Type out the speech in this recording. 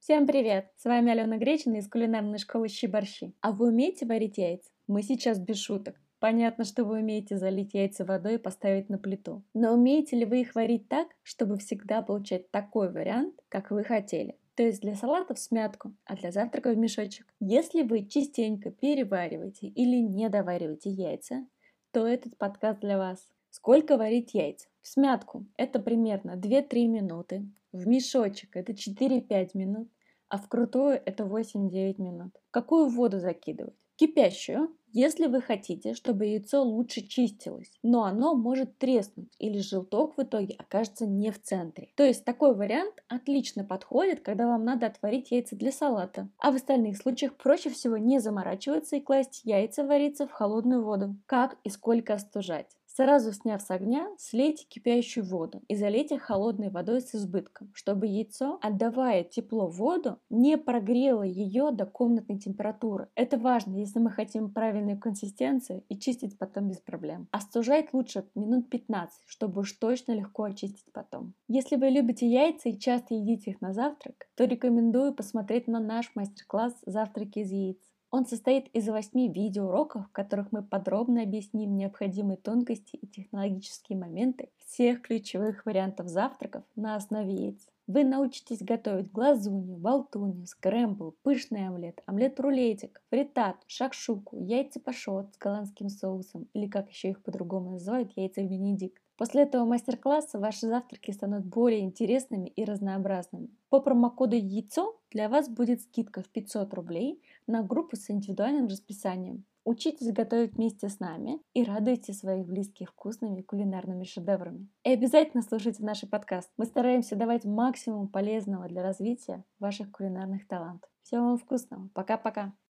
Всем привет! С вами Алена Гречина из кулинарной школы «Щи-борщи». А вы умеете варить яйца? Мы сейчас без шуток. Понятно, что вы умеете залить яйца водой и поставить на плиту. Но умеете ли вы их варить так, чтобы всегда получать такой вариант, как вы хотели? То есть для салата в смятку, а для завтрака в мешочек. Если вы частенько перевариваете или не довариваете яйца, то этот подкаст для вас. Сколько варить яйца? В смятку это примерно 2-3 минуты, в мешочек это 4-5 минут, а вкрутую это 8-9 минут. Какую воду закидывать? Кипящую, если вы хотите, чтобы яйцо лучше чистилось, но оно может треснуть или желток в итоге окажется не в центре. То есть такой вариант отлично подходит, когда вам надо отварить яйца для салата. А в остальных случаях проще всего не заморачиваться и класть яйца вариться в холодную воду. Как и сколько остужать? Сразу сняв с огня, слейте кипящую воду и залейте холодной водой с избытком, чтобы яйцо, отдавая тепло в воду, не прогрело ее до комнатной температуры. Это важно, если мы хотим правильную консистенцию и чистить потом без проблем. Остужать лучше минут 15, чтобы уж точно легко очистить потом. Если вы любите яйца и часто едите их на завтрак, то рекомендую посмотреть на наш мастер-класс «Завтраки из яиц». Он состоит из 8 видеоуроков, в которых мы подробно объясним необходимые тонкости и технологические моменты всех ключевых вариантов завтраков на основе яиц. Вы научитесь готовить глазунью, болтунью, скрэмбл, пышный омлет, омлет-рулетик, фриттату, шакшуку, яйца пашот с голландским соусом или, как еще их по-другому называют, яйца бенедикт. После этого мастер-класса ваши завтраки станут более интересными и разнообразными. По промокоду «Яйцо» для вас будет скидка в 500 рублей на группу с индивидуальным расписанием. Учитесь готовить вместе с нами и радуйте своих близких вкусными кулинарными шедеврами. И обязательно слушайте наш подкаст. Мы стараемся давать максимум полезного для развития ваших кулинарных талантов. Всего вам вкусного. Пока-пока.